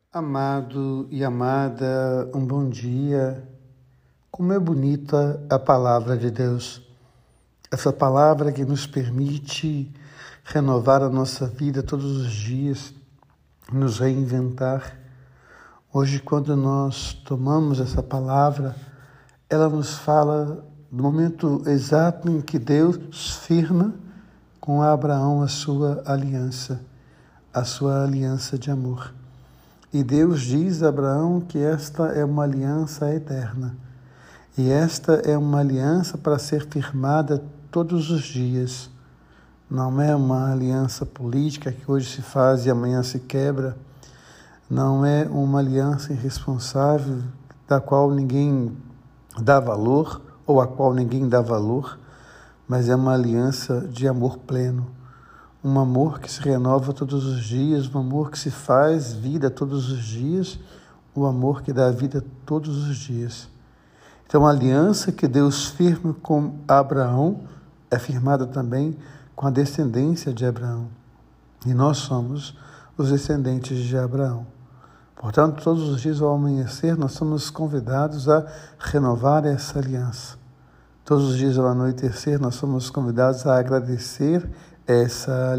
Amado e amada, um bom dia. Como é bonita a palavra de Deus. Essa palavra que nos permite renovar a nossa vida todos os dias, nos reinventar. Hoje, quando nós tomamos essa palavra, ela nos fala do momento exato em que Deus firma com Abraão a sua aliança de amor. E Deus diz a Abraão que esta é uma aliança eterna. E esta é uma aliança para ser firmada todos os dias. Não é uma aliança política que hoje se faz e amanhã se quebra. Não é uma aliança irresponsável da qual ninguém dá valor ou a qual ninguém dá valor, mas é uma aliança de amor pleno. Um amor que se renova todos os dias, um amor que se faz vida todos os dias, um amor que dá vida todos os dias. Então, a aliança que Deus firma com Abraão é firmada também com a descendência de Abraão. E nós somos os descendentes de Abraão. Portanto, todos os dias ao amanhecer, nós somos convidados a renovar essa aliança. Todos os dias ao anoitecer, nós somos convidados a agradecer essa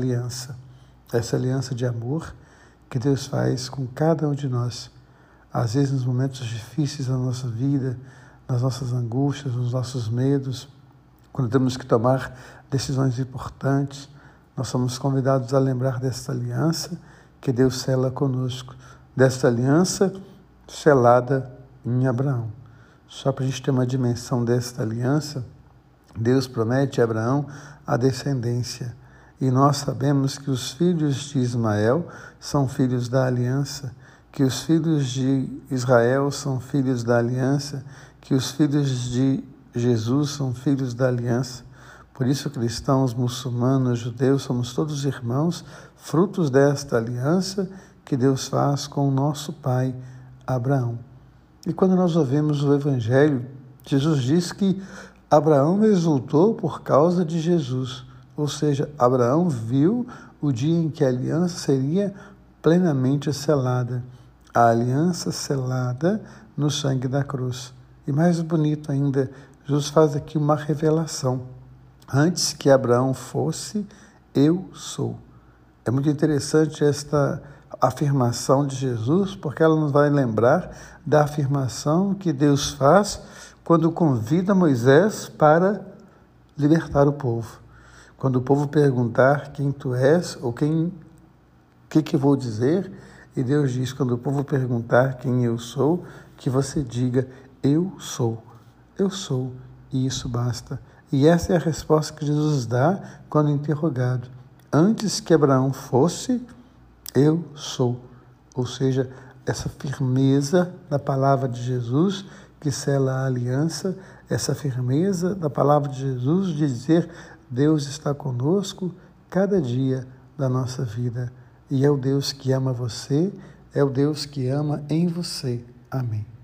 aliança de amor que Deus faz com cada um de nós. Às vezes, nos momentos difíceis da nossa vida, nas nossas angústias, nos nossos medos, quando temos que tomar decisões importantes, nós somos convidados a lembrar dessa aliança que Deus sela conosco, dessa aliança selada em Abraão. Só para a gente ter uma dimensão desta aliança, Deus promete a Abraão a descendência. E nós sabemos que os filhos de Ismael são filhos da aliança, que os filhos de Israel são filhos da aliança, que os filhos de Jesus são filhos da aliança. Por isso, cristãos, muçulmanos, judeus, somos todos irmãos, frutos desta aliança que Deus faz com o nosso pai, Abraão. E quando nós ouvimos o Evangelho, Jesus diz que Abraão exultou por causa de Jesus. Ou seja, Abraão viu o dia em que a aliança seria plenamente selada. A aliança selada no sangue da cruz. E mais bonito ainda, Jesus faz aqui uma revelação. Antes que Abraão fosse, eu sou. É muito interessante esta afirmação de Jesus, porque ela nos vai lembrar da afirmação que Deus faz quando convida Moisés para libertar o povo. Quando o povo perguntar quem tu és ou o que vou dizer, e Deus diz, quando o povo perguntar quem eu sou, que você diga, eu sou, e isso basta. E essa é a resposta que Jesus dá quando interrogado. Antes que Abraão fosse, eu sou. Ou seja, essa firmeza da palavra de Jesus que sela a aliança, essa firmeza da palavra de Jesus de dizer Deus está conosco cada dia da nossa vida. E é o Deus que ama você, é o Deus que ama em você. Amém.